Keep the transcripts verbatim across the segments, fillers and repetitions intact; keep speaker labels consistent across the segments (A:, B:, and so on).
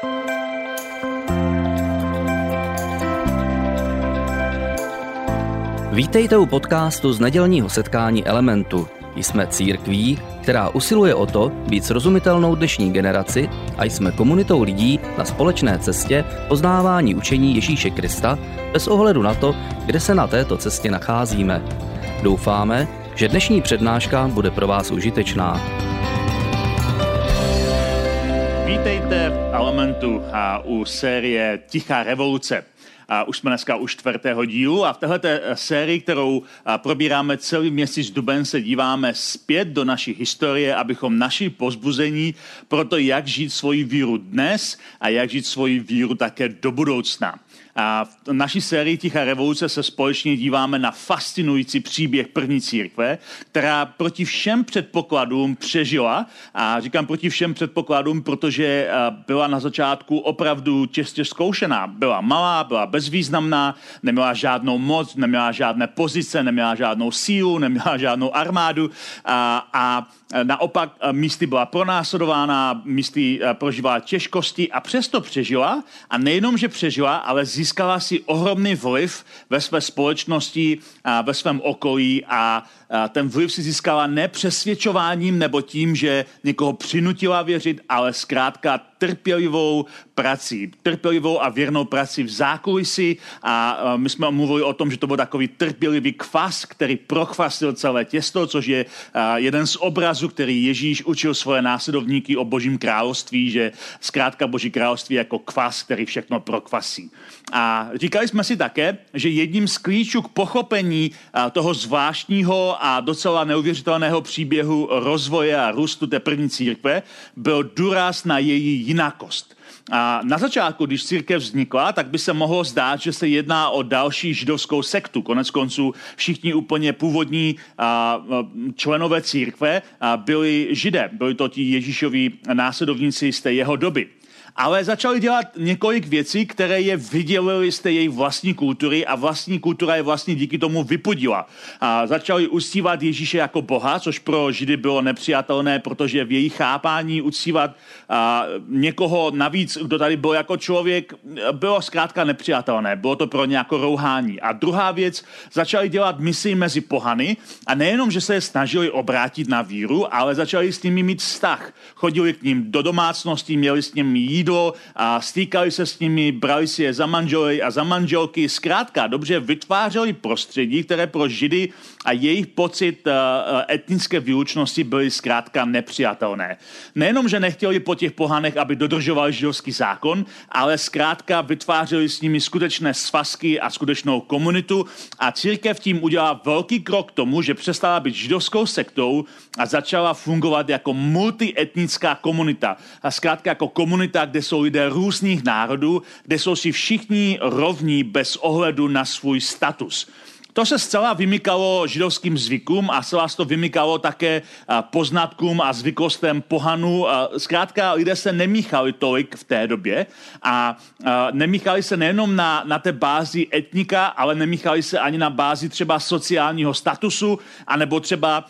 A: Vítejte u podcastu z nedělního setkání Elementu. Jsme církví, která usiluje o to být srozumitelnou dnešní generaci a jsme komunitou lidí na společné cestě poznávání učení Ježíše Krista bez ohledu na to, kde se na této cestě nacházíme. Doufáme, že dnešní přednáška bude pro vás užitečná.
B: Vítejte v Elementu a u série Tichá revoluce. A už jsme dneska u čtvrtého dílu a v téhleté sérii, kterou probíráme celý měsíc duben, se díváme zpět do naší historie, abychom našli povzbuzení pro to, jak žít svoji víru dnes a jak žít svoji víru také do budoucna. A v naší sérii Tichá revoluce se společně díváme na fascinující příběh první církve, která proti všem předpokladům přežila. A říkám proti všem předpokladům, protože byla na začátku opravdu těžce zkoušená. Byla malá, byla bezvýznamná, neměla žádnou moc, neměla žádné pozice, neměla žádnou sílu, neměla žádnou armádu a, a naopak místy byla pronásledována, místy prožívala těžkosti a přesto přežila. A nejenom, že přežila, ale získala si ohromný vliv ve své společnosti, ve svém okolí a ten vliv si získala ne přesvědčováním nebo tím, že někoho přinutila věřit, ale zkrátka trpělivou prací, trpělivou a věrnou prací v zákulisí a my jsme mluvili o tom, že to byl takový trpělivý kvas, který prochvastil celé těsto, což je jeden z obrazů, který Ježíš učil svoje následovníky o Božím království, že zkrátka Boží království je jako kvas, který všechno prokvasí. A říkali jsme si také, že jedním z klíčů k pochopení toho zvláštního a docela neuvěřitelného příběhu rozvoje a růstu té první církve byl důraz na její jinakost. A na začátku, když církev vznikla, tak by se mohlo zdát, že se jedná o další židovskou sektu. Konec konců všichni úplně původní členové církve byli židé. Byli to ti Ježíšovi následovníci z té jeho doby. Ale začali dělat několik věcí, které je vydělily z té její vlastní kultury a vlastní kultura je vlastně díky tomu vypudila. A začali uctívat Ježíše jako Boha, což pro Židy bylo nepřijatelné, protože v jejich chápání uctívat a, někoho navíc, kdo tady byl jako člověk, bylo zkrátka nepřijatelné. Bylo to pro ně jako rouhání. A druhá věc, začali dělat misi mezi pohany a nejenom, že se je snažili obrátit na víru, ale začali s nimi mít vztah. Chodili k ním do domácnosti, měli s nimi jídlo a stýkali se s nimi, brali si je za manžely a za manželky. Zkrátka dobře vytvářeli prostředí, které pro Židy a jejich pocit etnické výlučnosti byly zkrátka nepřijatelné. Nejenom, že nechtěli po těch pohanech, aby dodržovali židovský zákon, ale zkrátka vytvářeli s nimi skutečné svazky a skutečnou komunitu a církev tím udělala velký krok k tomu, že přestala být židovskou sektou a začala fungovat jako multietnická komunita. A zkrátka jako komunita, kde jsou lidé různých národů, kde jsou si všichni rovní bez ohledu na svůj status. To se zcela vymykalo židovským zvykům a zcela se to vymykalo také poznatkům a zvyklostem pohanů. Zkrátka lidé se nemíchali tolik v té době a nemíchali se nejenom na, na té bázi etnika, ale nemíchali se ani na bázi třeba sociálního statusu, anebo třeba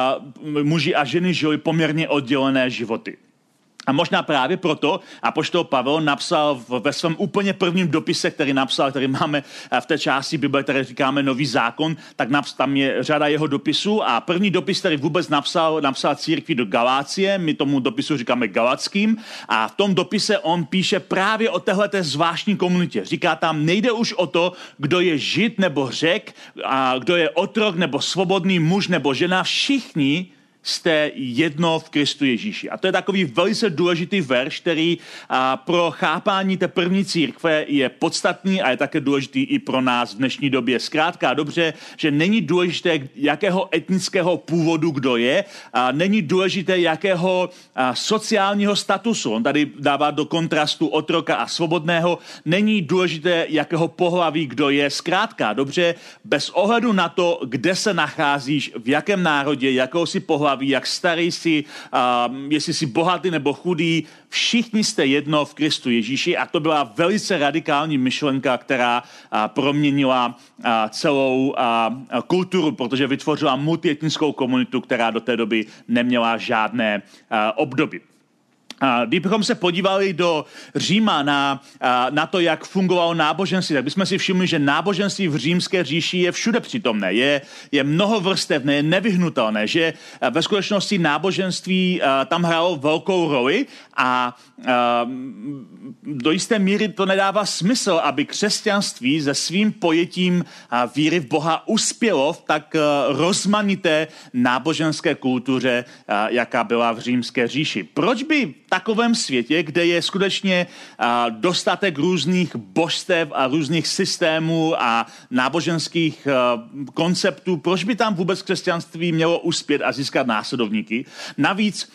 B: muži a ženy žili poměrně oddělené životy. A možná právě proto apoštol Pavel napsal ve svém úplně prvním dopise, který napsal, který máme v té části Bible, které říkáme Nový zákon, tak tam je řada jeho dopisů a první dopis, který vůbec napsal, napsal církvi do Galácie, my tomu dopisu říkáme Galackým a v tom dopise on píše právě o téhleté zvláštní komunitě. Říká tam, nejde už o to, kdo je Žid nebo Řek, a kdo je otrok nebo svobodný muž nebo žena, všichni jste jedno v Kristu Ježíši. A to je takový velice důležitý verš, který a, pro chápání té první církve je podstatný a je také důležitý i pro nás v dnešní době. Zkrátka dobře, že není důležité, jakého etnického původu kdo je, a není důležité, jakého a, sociálního statusu. On tady dává do kontrastu otroka a svobodného. Není důležité, jakého pohlaví kdo je. Zkrátka dobře, bez ohledu na to, kde se nacházíš, v jakém národě, jakého si pohlaví, jak starý jsi, uh, jestli jsi bohatý nebo chudý, všichni jste jedno v Kristu Ježíši a to byla velice radikální myšlenka, která uh, proměnila uh, celou uh, kulturu, protože vytvořila multietnickou komunitu, která do té doby neměla žádné uh, obdoby. Kdybychom se podívali do Říma na, na to, jak fungovalo náboženství, tak bychom si všimli, že náboženství v římské říši je všude přítomné, je, je mnohovrstevné, je nevyhnutelné, že ve skutečnosti náboženství tam hrálo velkou roli a do jisté míry to nedává smysl, aby křesťanství se svým pojetím víry v Boha uspělo v tak rozmanité náboženské kultuře, jaká byla v římské říši. Proč by v takovém světě, kde je skutečně dostatek různých božstev a různých systémů a náboženských konceptů, proč by tam vůbec křesťanství mělo uspět a získat následovníky? Navíc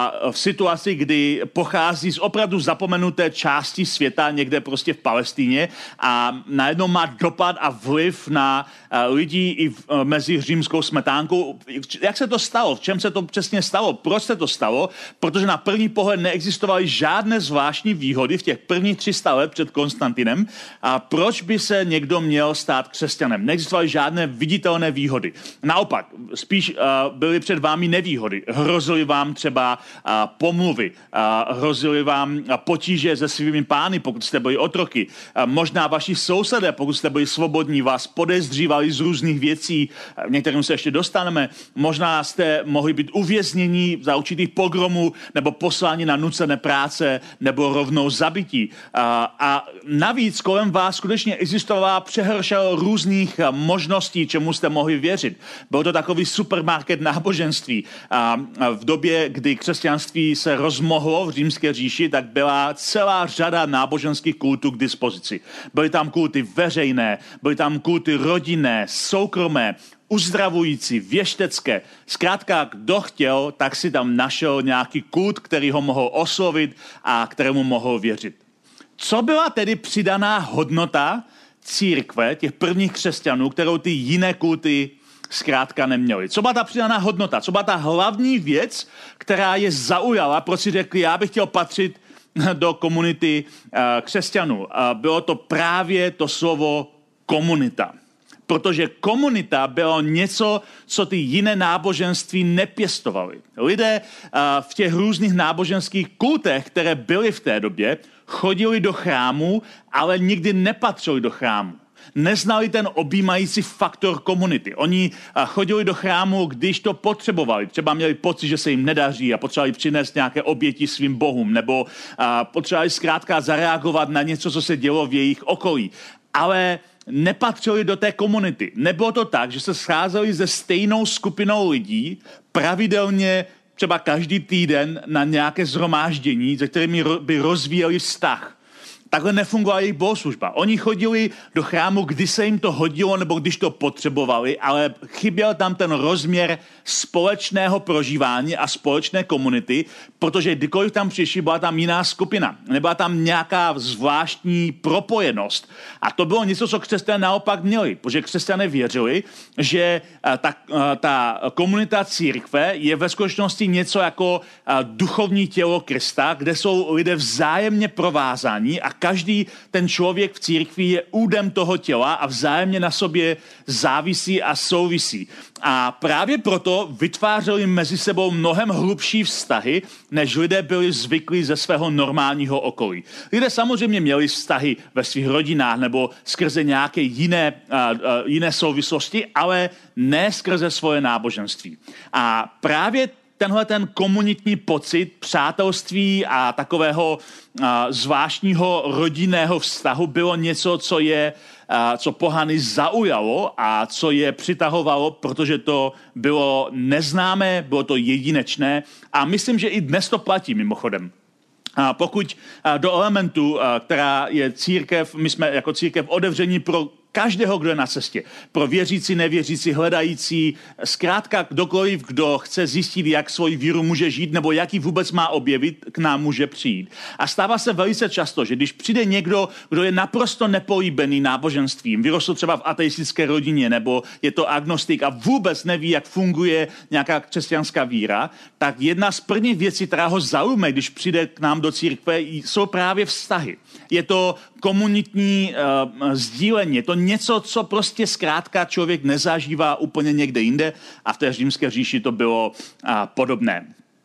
B: v situaci, kdy pochází z opravdu zapomenuté části světa, někde prostě v Palestíně a najednou má dopad a vliv na lidi i v, mezi římskou smetánkou. Jak se to stalo? V čem se to přesně stalo? Proč se to stalo? Protože na první pohled neexistovaly žádné zvláštní výhody v těch prvních tři sta let před Konstantinem. A proč by se někdo měl stát křesťanem? Neexistovaly žádné viditelné výhody. Naopak, spíš uh, byly před vámi nevýhody. Hrozily vám třeba uh, pomluvy, uh, hrozily vám uh, potíže se svými pány, pokud jste byli otroky. Uh, možná vaši sousedé, pokud jste byli svobodní, vás podezřívali z různých věcí, uh, některým se ještě dostaneme. Možná jste mohli být uvězněni za určitých pogromů nebo poslání na nucené práce nebo rovnou zabití. A, a navíc kolem vás skutečně existovala přehršel různých možností, čemu jste mohli věřit. Byl to takový supermarket náboženství. A v době, kdy křesťanství se rozmohlo v římské říši, tak byla celá řada náboženských kultů k dispozici. Byly tam kulty veřejné, byly tam kulty rodinné, soukromé, uzdravující, věštecké. Zkrátka, kdo chtěl, tak si tam našel nějaký kult, který ho mohl oslovit a kterému mohl věřit. Co byla tedy přidaná hodnota církve, těch prvních křesťanů, kterou ty jiné kulty zkrátka neměly? Co byla ta přidaná hodnota? Co byla ta hlavní věc, která je zaujala, proč si řekli, já bych chtěl patřit do komunity křesťanů? Bylo to právě to slovo komunita. Protože komunita bylo něco, co ty jiné náboženství nepěstovaly. Lidé v těch různých náboženských kultech, které byly v té době, chodili do chrámu, ale nikdy nepatřili do chrámu. Neznali ten objímající faktor komunity. Oni chodili do chrámu, když to potřebovali. Třeba měli pocit, že se jim nedaří a potřebovali přinést nějaké oběti svým bohům, nebo potřebovali zkrátka zareagovat na něco, co se dělo v jejich okolí. Ale nepatřili do té komunity. Nebylo to tak, že se scházeli se stejnou skupinou lidí pravidelně třeba každý týden na nějaké shromáždění, se kterými by rozvíjeli vztah. Takhle nefungovala jejich bohoslužba. Oni chodili do chrámu, kdy se jim to hodilo nebo když to potřebovali, ale chyběl tam ten rozměr společného prožívání a společné komunity, protože kdykoliv tam přišli, byla tam jiná skupina. Nebyla tam nějaká zvláštní propojenost. A to bylo něco, co křesťané naopak měli, protože křesťané věřili, že ta, ta komunita církve je ve skutečnosti něco jako duchovní tělo Krista, kde jsou lidé vzájemně provázaní a každý ten člověk v církvi je údem toho těla a vzájemně na sobě závisí a souvisí. A právě proto vytvářeli mezi sebou mnohem hlubší vztahy, než lidé byli zvyklí ze svého normálního okolí. Lidé samozřejmě měli vztahy ve svých rodinách nebo skrze nějaké jiné, uh, uh, jiné souvislosti, ale ne skrze svoje náboženství. A právě tenhle ten komunitní pocit přátelství a takového a, zvláštního rodinného vztahu bylo něco, co je, a, co pohany zaujalo a co je přitahovalo, protože to bylo neznámé, bylo to jedinečné a myslím, že i dnes to platí mimochodem. A pokud a, do Elementu, a, která je církev, my jsme jako církev otevření pro každého, kdo je na cestě. Pro věřící, nevěřící, hledající, zkrátka kdokoliv, kdo chce zjistit, jak svoji víru může žít nebo jaký vůbec má objevit, k nám může přijít. A stává se velice často, že když přijde někdo, kdo je naprosto nepolíbený náboženstvím, vyrostl třeba v ateistické rodině nebo je to agnostik a vůbec neví, jak funguje nějaká křesťanská víra, tak jedna z prvních věcí, která ho zaujme, když přijde k nám do církve, jsou právě vztahy. Je to komunitní uh, sdílení, je to něco, co prostě zkrátka člověk nezažívá úplně někde jinde a v té římské říši to bylo uh, podobné.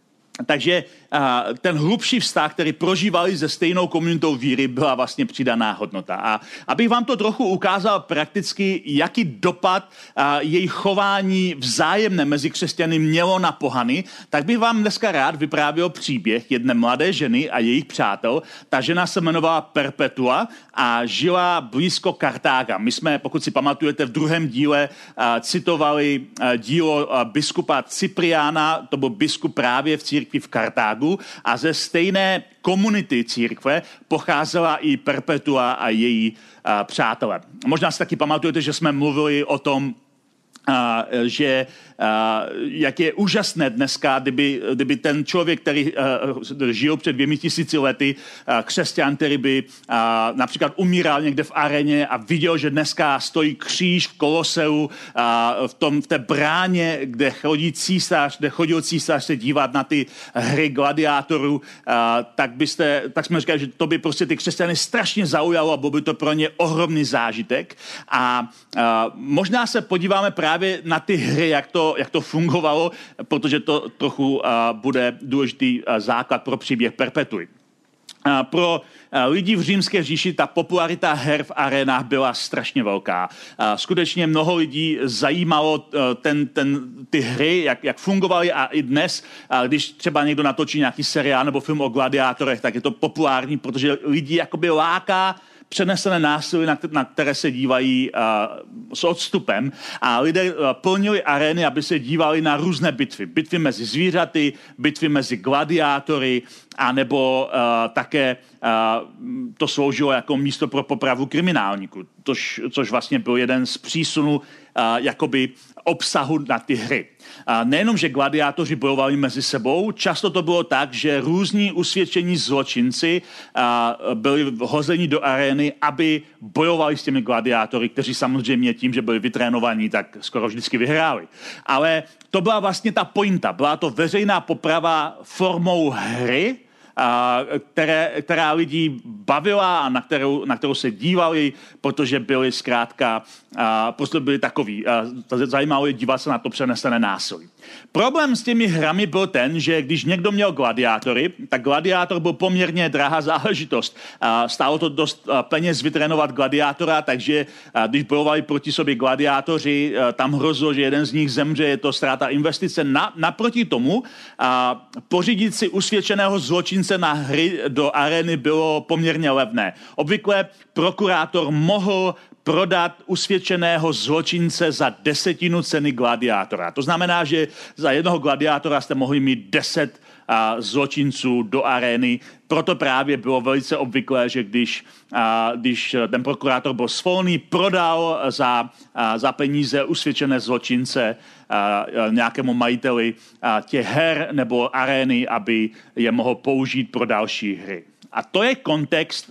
B: Takže ten hlubší vztah, který prožívali se stejnou komunitou víry, byla vlastně přidaná hodnota. A abych vám to trochu ukázal prakticky, jaký dopad její chování vzájemné mezi křesťany mělo na pohany, tak bych vám dneska rád vyprávěl příběh jedné mladé ženy a jejich přátel. Ta žena se jmenovala Perpetua a žila blízko Kartága. My jsme, pokud si pamatujete, v druhém díle citovali dílo biskupa Cypriána, to byl biskup právě v církvi v Kartágu, a ze stejné komunity církve pocházela i Perpetua a její a, přátelé. Možná si taky pamatujete, že jsme mluvili o tom, a, že a, jak je úžasné dneska, kdyby, kdyby ten člověk, který a, žil před dvěmi tisíci lety, a, křesťan, který by a, například umíral někde v aréně a viděl, že dneska stojí kříž v Koloseu, a, v, tom, v té bráně, kde chodí císař, kde chodil císař se dívat na ty hry gladiátorů, a, tak, byste, tak jsme říkali, že to by prostě ty křesťany strašně zaujalo a byl by to pro ně ohromný zážitek. A, a možná se podíváme právě na ty hry, jak to, jak to fungovalo, protože to trochu uh, bude důležitý uh, základ pro příběh Perpetuy. Uh, pro uh, lidi v římské říši ta popularita her v arénách byla strašně velká. Uh, skutečně mnoho lidí zajímalo uh, ten, ten, ty hry, jak, jak fungovaly a i dnes, uh, když třeba někdo natočí nějaký seriál nebo film o gladiátorech, tak je to populární, protože lidi jakoby láká přenesené násilí, na které se dívají uh, s odstupem. A lidé uh, plnili arény, aby se dívali na různé bitvy. Bitvy mezi zvířaty, bitvy mezi gladiátory, anebo uh, také uh, to sloužilo jako místo pro popravu kriminálníků, což, což vlastně byl jeden z přísunů uh, jakoby obsahu na ty hry. A nejenom, že gladiátoři bojovali mezi sebou, často to bylo tak, že různí usvědčení zločinci a, byli hozeni do arény, aby bojovali s těmi gladiátory, kteří samozřejmě tím, že byli vytrénovaní, tak skoro vždycky vyhráli. Ale to byla vlastně ta pointa. Byla to veřejná poprava formou hry, A, které, která lidí bavila a na kterou, na kterou se dívali, protože byli zkrátka, a, prostě byli takový. A, zajímalo je dívat se na to přenesené násilí. Problém s těmi hrami byl ten, že když někdo měl gladiátory, tak gladiátor byl poměrně drahá záležitost. A, stálo to dost a, peněz vytrénovat gladiátora, takže a, když bojovali proti sobě gladiátoři, a, tam hrozilo, že jeden z nich zemře, je to ztráta investice. Na, naproti tomu a, pořídit si usvědčeného zločince na hry do arény bylo poměrně levné. Obvykle prokurátor mohl prodat usvědčeného zločince za desetinu ceny gladiátora. To znamená, že za jednoho gladiátora jste mohli mít deset a, zločinců do arény. Proto právě bylo velice obvyklé, že když, a, když ten prokurátor byl svolný, prodal za, a, za peníze usvědčené zločince a, a, nějakému majiteli a, těch her nebo arény, aby je mohl použít pro další hry. A to je kontext,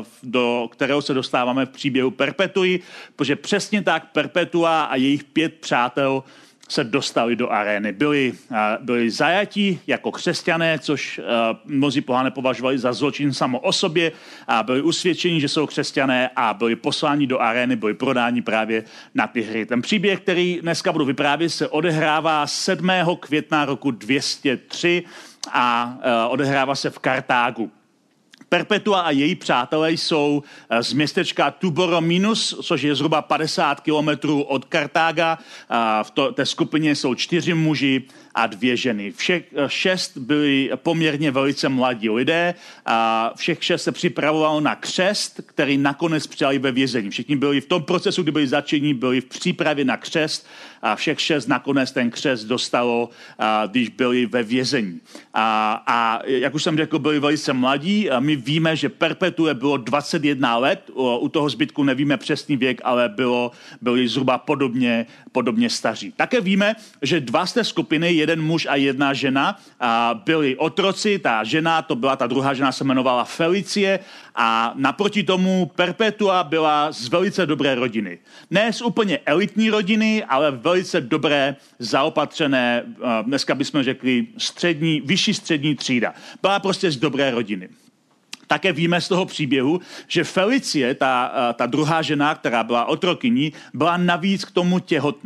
B: do kterého se dostáváme v příběhu Perpetuy, protože přesně tak Perpetua a jejich pět přátel se dostali do arény. Byli, byli zajati jako křesťané, což mnozí pohané považovali za zločin samo o sobě, a byli usvědčeni, že jsou křesťané a byli posláni do arény, byli prodáni právě na ty hry. Ten příběh, který dneska budu vyprávět, se odehrává sedmého května roku dvě stě tři a odehrává se v Kartágu. Perpetua a její přátelé jsou z městečka Tuborominus, což je zhruba padesát kilometrů od Kartága. V to, té skupině jsou čtyři muži a dvě ženy. Všech šest byli poměrně velice mladí lidé a všech šest se připravovalo na křest, který nakonec přijali ve vězení. Všichni byli v tom procesu, kdy byli začení, byli v přípravě na křest a všech šest nakonec ten křest dostalo, a, když byli ve vězení. A, a jak už jsem řekl, byli velice mladí. A my víme, že Perpetue bylo dvacet jedna let, u toho zbytku nevíme přesný věk, ale bylo, byli zhruba podobně, podobně staří. Také víme, že dva z té skupiny, jeden muž a jedna žena, a byli otroci. Ta žena, to byla ta druhá žena, se jmenovala Felicie a naproti tomu Perpetua byla z velice dobré rodiny. Ne z úplně elitní rodiny, ale velice dobré, zaopatřené, dneska bychom řekli střední, vyšší střední třída. Byla prostě z dobré rodiny. Také víme z toho příběhu, že Felicie, ta, ta druhá žena, která byla otrokyní, byla navíc k tomu těhotná.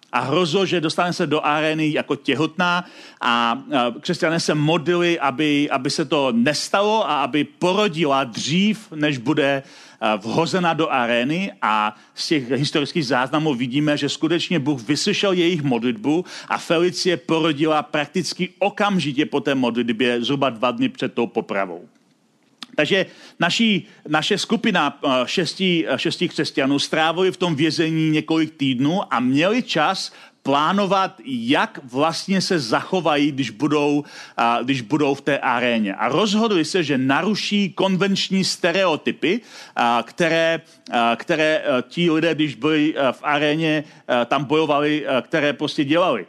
B: A hrozilo, že dostane se do arény jako těhotná a křesťané se modlili, aby, aby se to nestalo a aby porodila dřív, než bude vhozena do arény, a z těch historických záznamů vidíme, že skutečně Bůh vyslyšel jejich modlitbu a Felicie porodila prakticky okamžitě po té modlitbě, zhruba dva dny před tou popravou. Takže naši, naše skupina šesti, šesti křesťanů strávili v tom vězení několik týdnů a měli čas plánovat, jak vlastně se zachovají, když budou, když budou v té aréně. A rozhodli se, že naruší konvenční stereotypy, které, které ti lidé, když byli v aréně, tam bojovali, které prostě dělali.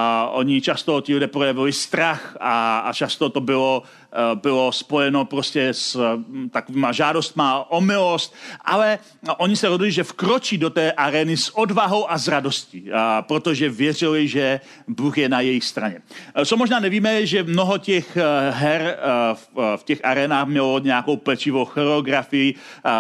B: Oni často, ti lidé projevili strach a, a často to bylo bylo spojeno prostě s takovýma žádostma o milost, ale oni se rozhodli, že vkročí do té arény s odvahou a s radostí, protože věřili, že Bůh je na jejich straně. Co možná nevíme, že mnoho těch her v těch arénách mělo nějakou pečivou choreografii,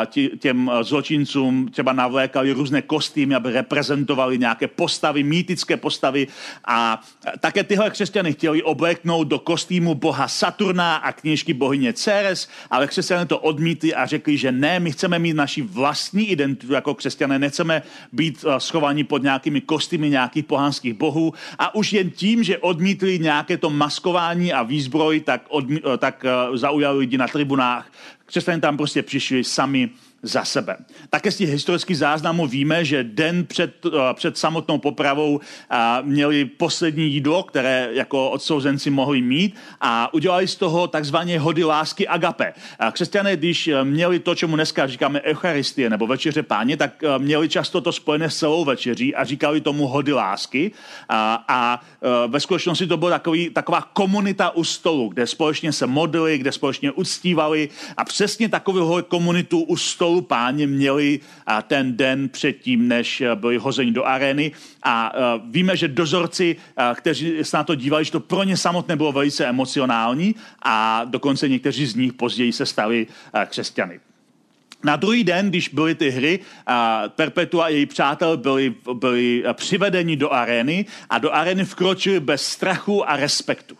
B: těm zločincům třeba navlékali různé kostýmy, aby reprezentovali nějaké postavy, mýtické postavy, a také tyhle křesťany chtěli obléknout do kostýmu boha Saturna a kněžky bohyně Ceres, ale křesťané to odmítli a řekli, že ne, my chceme mít naši vlastní identitu jako křesťané, nechceme být schovaní pod nějakými kostýmy nějakých pohanských bohů, a už jen tím, že odmítli nějaké to maskování a výzbroj, tak, odmí, tak zaujali lidi na tribunách. Křesťané tam prostě přišli sami za sebe. Také z těch historických záznamů víme, že den před, před samotnou popravou měli poslední jídlo, které jako odsouzenci mohli mít, a udělali z toho takzvané hody lásky agape. Křesťané, když měli to, čemu dneska říkáme eucharistie nebo večeře Páně, tak měli často to spojené s celou večeří a říkali tomu hody lásky, a, a ve skutečnosti to byla takový, taková komunita u stolu, kde společně se modlili, kde společně uctívali, a přesně takovou komunitu u stolu Páně měli ten den předtím, než byli hozeni do arény, a víme, že dozorci, kteří se na to dívali, že to pro ně samotné bylo velice emocionální, a dokonce někteří z nich později se stali křesťany. Na druhý den, když byly ty hry, Perpetua a její přátel byli, byli přivedeni do arény a do arény vkročili bez strachu a respektu.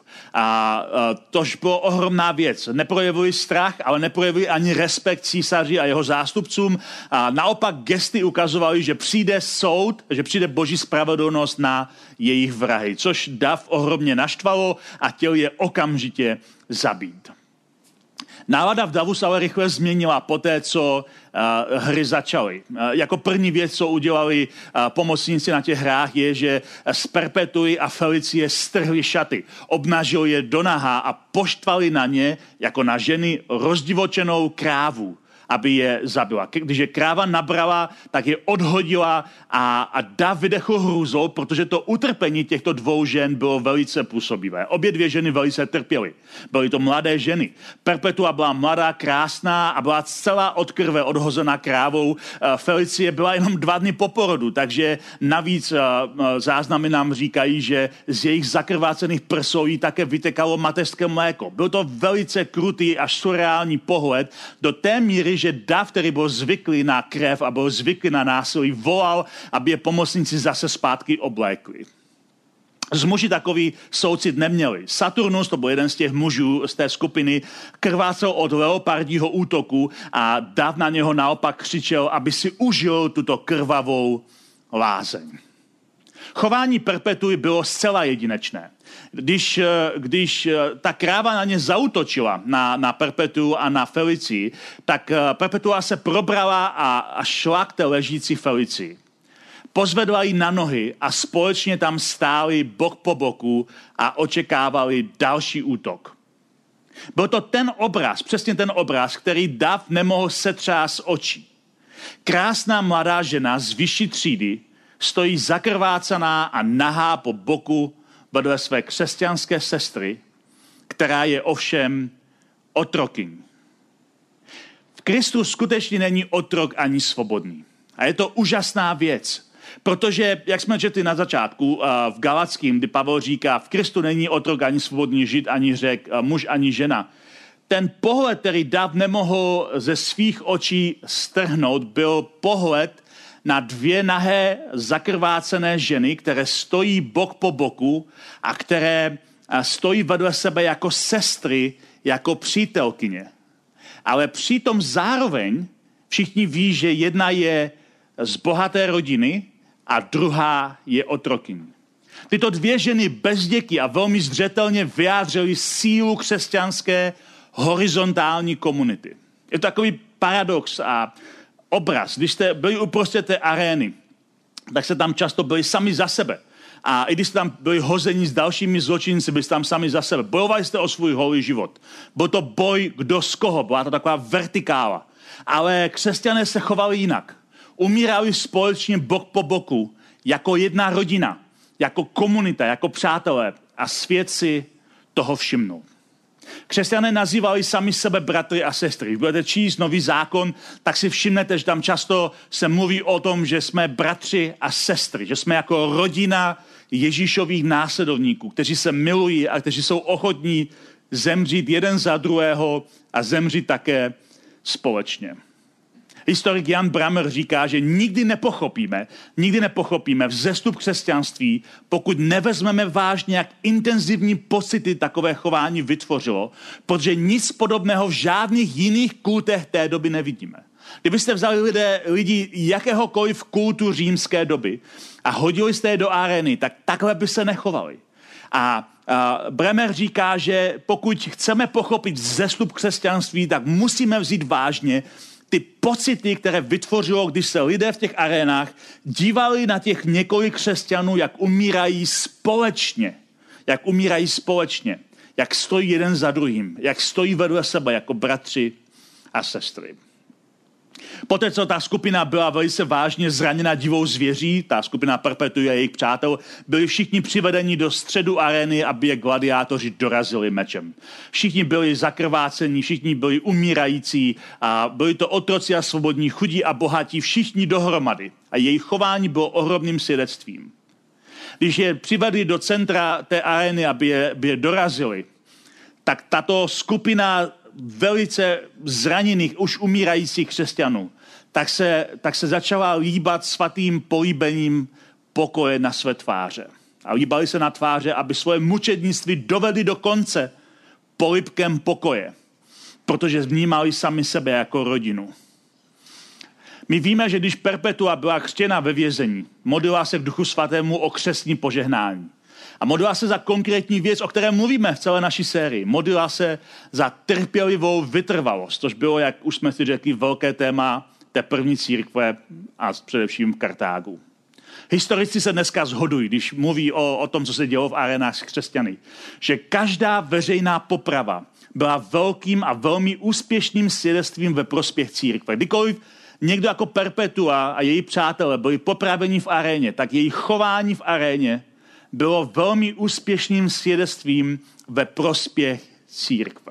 B: A tož bylo ohromná věc. Neprojevili strach, ale neprojevili ani respekt císaři a jeho zástupcům. A naopak gesty ukazovaly, že přijde soud, že přijde boží spravedlnost na jejich vrahy, což dav ohromně naštvalo a chtěl je okamžitě zabít. Nálada v davu se ale rychle změnila po té, co uh, hry začaly. Uh, jako první věc, co udělali uh, pomocníci na těch hrách, je, že z Perpetuy a Felicie strhli šaty, obnažili je do nahá a poštvali na ně, jako na ženy, rozdivočenou krávu, aby je zabila. Když je kráva nabrala, tak je odhodila a, a dav vydechl hrůzou, protože to utrpení těchto dvou žen bylo velice působivé. Obě dvě ženy velice trpěly. Byly to mladé ženy. Perpetua byla mladá, krásná a byla celá od krve odhozená krávou. Felicie byla jenom dva dny po porodu, takže navíc záznamy nám říkají, že z jejich zakrvácených prsou jí také vytekalo mateřské mléko. Byl to velice krutý až surreální pohled do té míry, že dav, který byl zvyklý na krev a byl zvyklý na násilí, volal, aby je pomocníci zase zpátky oblékli. Z muži takový soucit neměli. Saturnus, to byl jeden z těch mužů z té skupiny, krvácel od leopardího útoku a dav na něho naopak křičel, aby si užil tuto krvavou lázeň. Chování Perpetuy bylo zcela jedinečné. Když, když ta kráva na ně zaútočila, na, na Perpetu a na Felicii, tak Perpetua se probrala a, a šla k té ležící Felicii. Pozvedla ji na nohy a společně tam stáli bok po boku a očekávali další útok. Byl to ten obraz, přesně ten obraz, který dav nemohl setřást z očí. Krásná mladá žena z vyšší třídy stojí zakrvácaná a nahá po boku vedle své křesťanské sestry, která je ovšem otrokyní. V Kristu skutečně není otrok ani svobodný. A je to úžasná věc, protože, jak jsme četli na začátku v Galackým, kdy Pavel říká, v Kristu není otrok ani svobodný Žid, ani Řek, muž, ani žena. Ten pohled, který dav nemohl ze svých očí strhnout, byl pohled na dvě nahé zakrvácené ženy, které stojí bok po boku a které stojí vedle sebe jako sestry, jako přítelkyně. Ale přitom zároveň všichni ví, že jedna je z bohaté rodiny a druhá je otrokyní. Tyto dvě ženy bezděky a velmi zřetelně vyjádřily sílu křesťanské horizontální komunity. Je to takový paradox a obraz. Když jste byli uprostřed té arény, tak se tam často byli sami za sebe. A i když jste tam byli hození s dalšími zločinci, byli jste tam sami za sebe. Bojovali jste o svůj holý život. Byl to boj kdo z koho, byla to taková vertikála. Ale křesťané se chovali jinak. Umírali společně bok po boku, jako jedna rodina, jako komunita, jako přátelé. A svět si toho všimnul. Křesťané nazývali sami sebe bratry a sestry. Když budete číst Nový zákon, tak si všimnete, že tam často se mluví o tom, že jsme bratři a sestry, že jsme jako rodina Ježíšových následovníků, kteří se milují a kteří jsou ochotní zemřít jeden za druhého a zemřít také společně. Historik Jan Brammer říká, že nikdy nepochopíme, nikdy nepochopíme vzestup křesťanství, pokud nevezmeme vážně, jak intenzivní pocity takové chování vytvořilo, protože nic podobného v žádných jiných kultech té doby nevidíme. Kdybyste vzali lidé, lidi jakéhokoliv kultu římské doby a hodili jste je do arény, tak takhle by se nechovali. A, a Bremer říká, že pokud chceme pochopit vzestup křesťanství, tak musíme vzít vážně ty pocity, které vytvořilo, když se lidé v těch arénách dívali na těch několik křesťanů, jak umírají společně. Jak umírají společně. Jak stojí jeden za druhým. Jak stojí vedle sebe jako bratři a sestry. Poté, co ta skupina byla velice vážně zraněna divou zvěří, ta skupina Perpetua a jejich přátel, byli všichni přivedeni do středu arény, aby je gladiátoři dorazili mečem. Všichni byli zakrvácení, všichni byli umírající a byli to otroci a svobodní, chudí a bohatí, všichni dohromady. A jejich chování bylo ohromným svědectvím. Když je přivedli do centra té arény, aby je, aby je dorazili, tak tato skupina velice zraněných, už umírajících křesťanů, tak se, tak se začala líbat svatým políbením pokoje na své tváře. A líbali se na tváře, aby svoje mučednictví dovedli do konce polibkem pokoje, protože vnímali sami sebe jako rodinu. My víme, že když Perpetua byla křtěna ve vězení, modlila se k Duchu svatému o křestní požehnání. A modlila se za konkrétní věc, o které mluvíme v celé naší sérii. Modlila se za trpělivou vytrvalost, což bylo, jak už jsme si řekli, velké téma té první církve a především v Kartágu. Historici se dneska shodují, když mluví o, o tom, co se dělo v arénách s křesťany, že každá veřejná poprava byla velkým a velmi úspěšným svědectvím ve prospěch církve. Kdykoliv někdo jako Perpetua a její přátelé byli popraveni v aréně, tak jejich chování v aréně bylo velmi úspěšným svědectvím ve prospěch církve.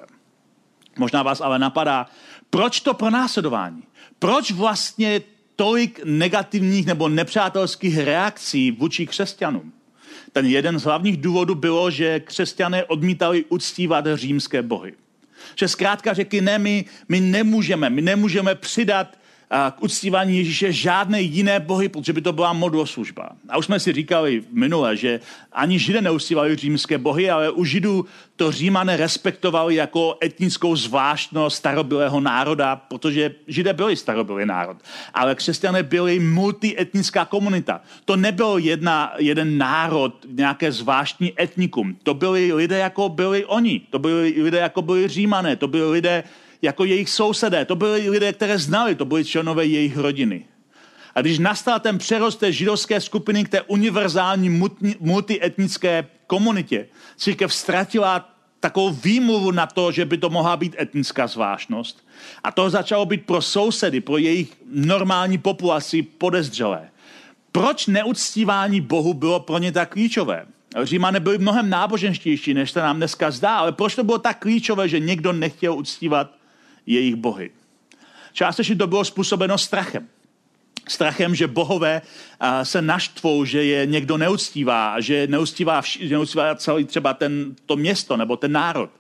B: Možná vás ale napadá, proč to pronásledování? Proč vlastně tolik negativních nebo nepřátelských reakcí vůči křesťanům? Ten jeden z hlavních důvodů bylo, že křesťané odmítali uctívat římské bohy. Že zkrátka řekli, ne, my, my nemůžeme, my nemůžeme přidat k uctívání Ježíše žádné jiné bohy, protože by to byla modloslužba. A už jsme si říkali minule, že ani Židé neuctívali římské bohy, ale u Židů to Římané respektovali jako etnickou zvláštnost starobylého národa, protože Židé byli starobylý národ. Ale křesťané byli multietnická komunita. To nebyl jedna, jeden národ, nějaké zvláštní etnikum. To byli lidé, jako byli oni. To byli lidé, jako byli Římané. To byli lidé, jako jejich sousedé. To byli lidé, které znali, to byli členové jejich rodiny. A když nastal ten přerost té židovské skupiny k té univerzální multietnické komunitě, církev ztratila takovou výmluvu na to, že by to mohla být etnická zvláštnost. A to začalo být pro sousedy, pro jejich normální populaci podezřelé. Proč neuctívání Bohu bylo pro ně tak klíčové? Římané byli mnohem náboženštější, než se nám dneska zdá, ale proč to bylo tak klíčové, že někdo nechtěl uctívat jejich bohy? Částečně to bylo způsobeno strachem. Strachem, že bohové se naštvou, že je někdo neuctívá, že neuctívá, neuctívá celý třeba ten, to město nebo ten národ.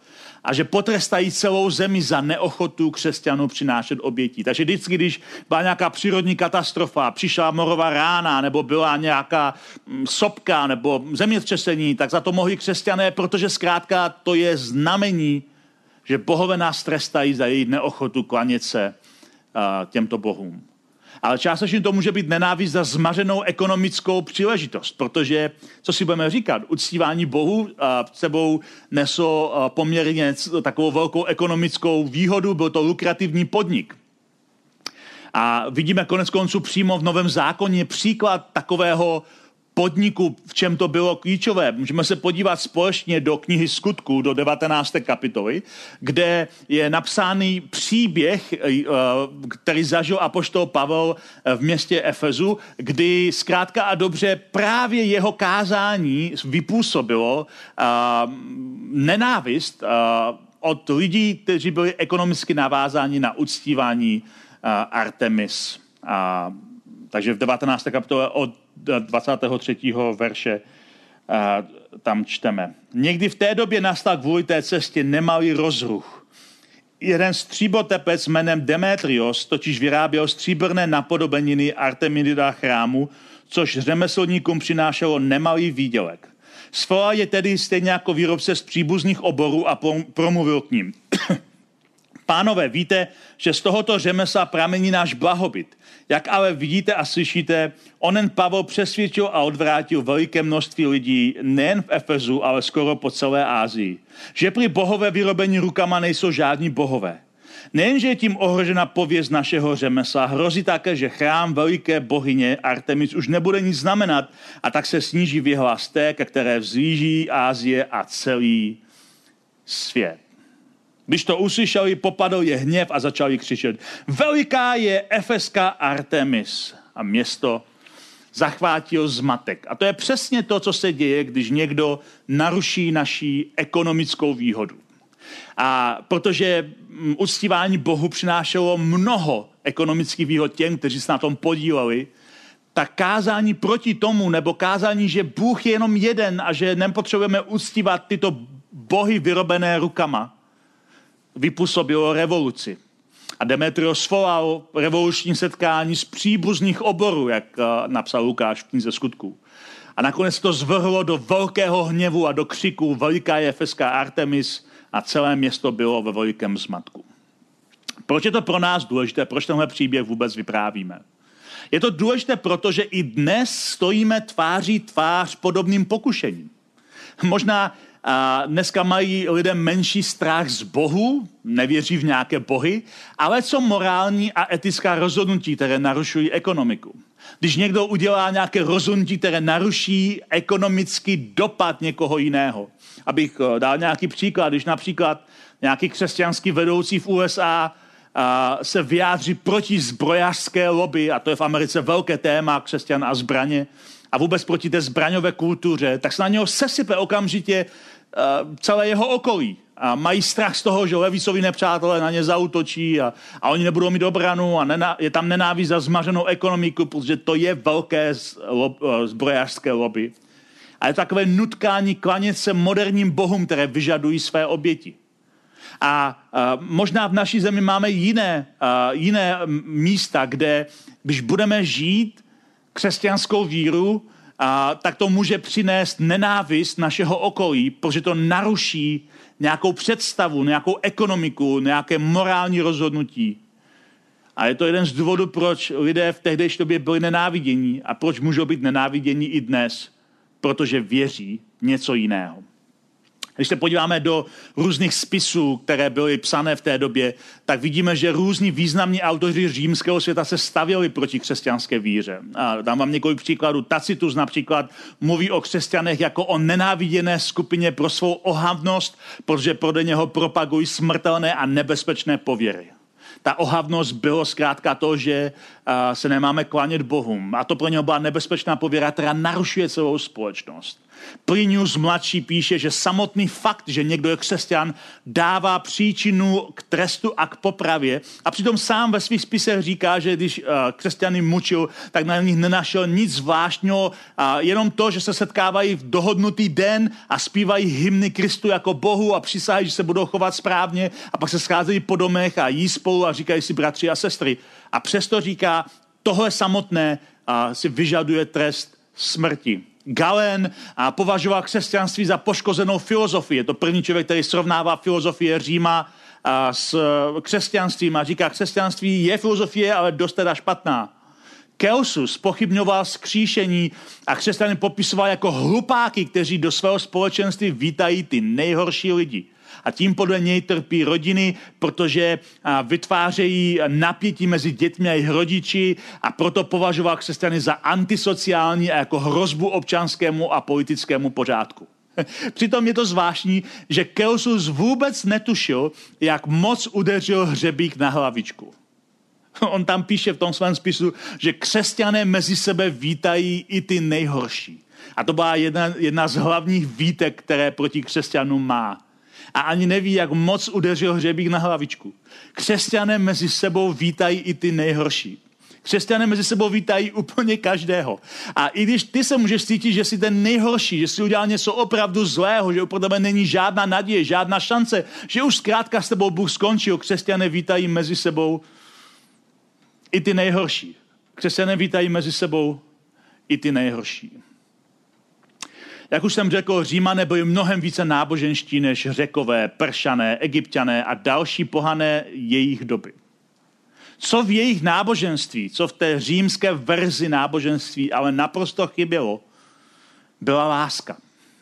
B: a že potrestají celou zemi za neochotu křesťanů přinášet obětí. Takže vždycky, když byla nějaká přírodní katastrofa, přišla morová rána, nebo byla nějaká sopka, nebo zemětřesení, tak za to mohli křesťané, protože zkrátka to je znamení, že bohové nás trestají za jejich neochotu klanět se uh, těmto bohům. Ale částečně to může být nenávist za zmařenou ekonomickou příležitost, protože, co si budeme říkat, uctívání bohů v sebou neslo poměrně takovou velkou ekonomickou výhodu, byl to lukrativní podnik. A vidíme konec konců přímo v Novém zákoně příklad takového podniku, v čem to bylo klíčové. Můžeme se podívat společně do knihy Skutků, do devatenácté kapitoly, kde je napsáný příběh, který zažil apoštol Pavel v městě Efezu, kdy zkrátka a dobře právě jeho kázání vypůsobilo nenávist od lidí, kteří byli ekonomicky navázáni na uctívání Artemis. Takže v devatenácté kapitole od dvacátého třetího verše a, tam čteme. Někdy v té době nastal kvůli té cestě nemalý rozruch. Jeden stříbrotepec jménem Demetrios totiž vyráběl stříbrné napodobeniny Artemidida chrámu, což řemeslníkům přinášelo nemalý výdělek. Svolal je tedy stejně jako výrobce z příbuzných oborů a promluvil k ním. Pánové, víte, že z tohoto řemesla pramení náš blahobyt. Jak ale vidíte a slyšíte, onen Pavel přesvědčil a odvrátil veliké množství lidí nejen v Efezu, ale skoro po celé Asii. Že prý bohové vyrobení rukama nejsou žádní bohové. Nejenže je tím ohrožena pověst našeho řemesla, hrozí také, že chrám veliké bohyně Artemis už nebude nic znamenat a tak se sníží vyhlas té, ke které vzlíží Asie a celý svět. Když to uslyšeli, popadl je hněv a začali křičet. Veliká je efeská Artemis. A město zachvátil zmatek. A to je přesně to, co se děje, když někdo naruší naši ekonomickou výhodu. A protože uctívání Bohu přinášelo mnoho ekonomických výhod těm, kteří se na tom podíleli, tak kázání proti tomu, nebo kázání, že Bůh je jenom jeden a že nepotřebujeme uctívat tyto bohy vyrobené rukama, vypůsobilo revoluci. A Demetrios svolal revoluční setkání z příbuzných oborů, jak napsal Lukáš v knize Skutků. A nakonec to zvrhlo do velkého hněvu a do křiku veliká je efeská Artemis a celé město bylo ve velikém zmatku. Proč je to pro nás důležité? Proč tenhle příběh vůbec vyprávíme? Je to důležité, protože i dnes stojíme tváří tvář podobným pokušením. Možná a dneska mají lidé menší strach z Bohu, nevěří v nějaké bohy, ale co morální a etická rozhodnutí, které narušují ekonomiku. Když někdo udělá nějaké rozhodnutí, které naruší ekonomický dopad někoho jiného. Abych dal nějaký příklad, když například nějaký křesťanský vedoucí v U S A a, se vyjádří proti zbrojařské lobby, a to je v Americe velké téma, křesťan a zbraně, a vůbec proti té zbraňové kultuře, tak se na něho sesype okamžitě uh, celé jeho okolí. A mají strach z toho, že levicoví nepřátelé na ně zaútočí a, a oni nebudou mít obranu a nená, je tam nenávist za zmařenou ekonomiku, protože to je velké lob, zbrojařské lobby. A je takové nutkání klanět se moderním bohům, které vyžadují své oběti. A uh, možná v naší zemi máme jiné, uh, jiné místa, kde když budeme žít křesťanskou víru, a tak to může přinést nenávist našeho okolí, protože to naruší nějakou představu, nějakou ekonomiku, nějaké morální rozhodnutí. A je to jeden z důvodů, proč lidé v tehdejší době byli nenávidění a proč můžou být nenávidění i dnes, protože věří v něco jiného. Když se podíváme do různých spisů, které byly psané v té době, tak vidíme, že různí významní autoři římského světa se stavěli proti křesťanské víře. A dám vám několik příkladů. Tacitus například mluví o křesťanech jako o nenáviděné skupině pro svou ohavnost, protože podle něho propagují smrtelné a nebezpečné pověry. Ta ohavnost bylo zkrátka to, že se nemáme klanět bohům. A to pro něho byla nebezpečná pověra, která narušuje celou společnost. Plinius mladší píše, že samotný fakt, že někdo je křesťan, dává příčinu k trestu a k popravě. A přitom sám ve svých spisech říká, že když křesťany mučil, tak na nich nenašel nic zvláštního, jenom to, že se setkávají v dohodnutý den a zpívají hymny Kristu jako Bohu a přísahají, že se budou chovat správně a pak se scházejí po domech a jí spolu a říkají si bratři a sestry. A přesto říká, tohle samotné si vyžaduje trest smrti. Galen a považoval křesťanství za poškozenou filozofii. Je to první člověk, který srovnává filozofie Říma a s křesťanstvím a říká, křesťanství je filozofie, ale dost teda špatná. Celsus pochybňoval zkříšení a křesťany popisoval jako hlupáky, kteří do svého společenství vítají ty nejhorší lidi. A tím podle něj trpí rodiny, protože vytvářejí napětí mezi dětmi a jejich rodiči a proto považoval křesťany za antisociální a jako hrozbu občanskému a politickému pořádku. Přitom je to zvláštní, že Celsus vůbec netušil, jak moc udeřil hřebík na hlavičku. On tam píše v tom svém spisu, že křesťané mezi sebe vítají i ty nejhorší. A to byla jedna, jedna z hlavních výtek, které proti křesťanům má. A ani neví, jak moc udeřil hřebík na hlavičku. Křesťané mezi sebou vítají i ty nejhorší. Křesťané mezi sebou vítají úplně každého. A i když ty se můžeš cítit, že jsi ten nejhorší, že jsi udělal něco opravdu zlého, že pro tebe není žádná naděje, žádná šance, že už zkrátka s tebou Bůh skončil, křesťané vítají mezi sebou i ty nejhorší. Křesťané vítají mezi sebou i ty nejhorší. Jak už jsem řekl, Římané byli mnohem více náboženští než Řekové, Peršané, Egypťané a další pohané jejich doby. Co v jejich náboženství, co v té římské verzi náboženství, ale naprosto chybělo, byla láska.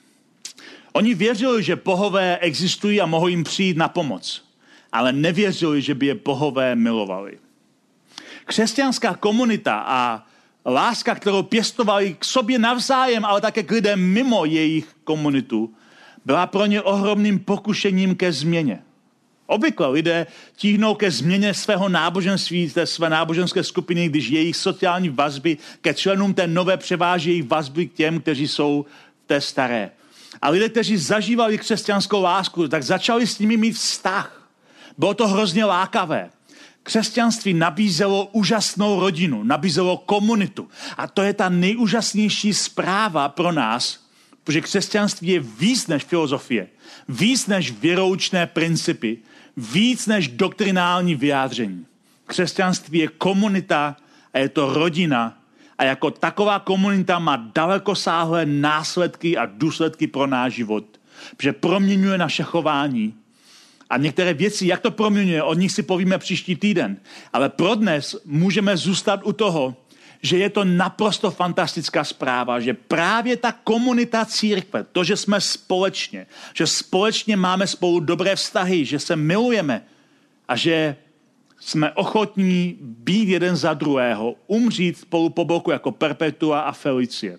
B: Oni věřili, že bohové existují a mohou jim přijít na pomoc, ale nevěřili, že by je bohové milovali. Křesťanská komunita a láska, kterou pěstovali k sobě navzájem, ale také k lidem mimo jejich komunitu, byla pro ně ohromným pokušením ke změně. Obvykle lidé tíhnou ke změně svého náboženství, té své náboženské skupiny, když jejich sociální vazby ke členům té nové převáží jejich vazby k těm, kteří jsou v té staré. A lidé, kteří zažívali křesťanskou lásku, tak začali s nimi mít vztah. Bylo to hrozně lákavé. Křesťanství nabízelo úžasnou rodinu, nabízelo komunitu. A to je ta nejúžasnější zpráva pro nás, protože křesťanství je víc než filozofie, víc než věroučné principy, víc než doktrinální vyjádření. Křesťanství je komunita a je to rodina a jako taková komunita má dalekosáhlé následky a důsledky pro náš život, protože proměňuje naše chování. A některé věci, jak to proměňuje, o nich si povíme příští týden. Ale pro dnes můžeme zůstat u toho, že je to naprosto fantastická zpráva, že právě ta komunita církve, to, že jsme společně, že společně máme spolu dobré vztahy, že se milujeme a že jsme ochotní být jeden za druhého, umřít spolu po boku jako Perpetua a Felicie.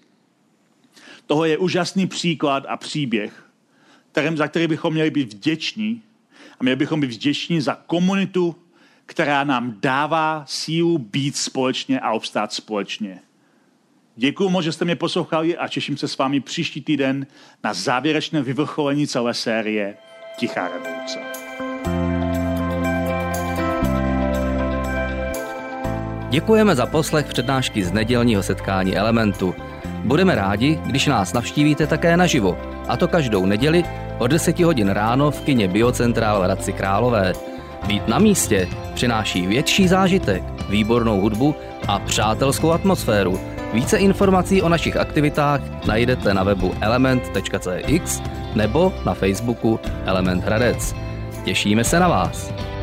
B: Toho je úžasný příklad a příběh, kterým, za který bychom měli být vděční. A měli bychom být vděční za komunitu, která nám dává sílu být společně a obstát společně. Děkuju moc, že jste mě poslouchali a těším se s vámi příští týden na závěrečné vyvrcholení celé série Tichá revoluce.
A: Děkujeme za poslech přednášky z nedělního setkání Elementu. Budeme rádi, když nás navštívíte také naživo, a to každou neděli od deseti hodin ráno v kině Biocentral v Hradci Králové. Být na místě přináší větší zážitek, výbornou hudbu a přátelskou atmosféru. Více informací o našich aktivitách najdete na webu element tečka cé x nebo na Facebooku Element Hradec. Těšíme se na vás.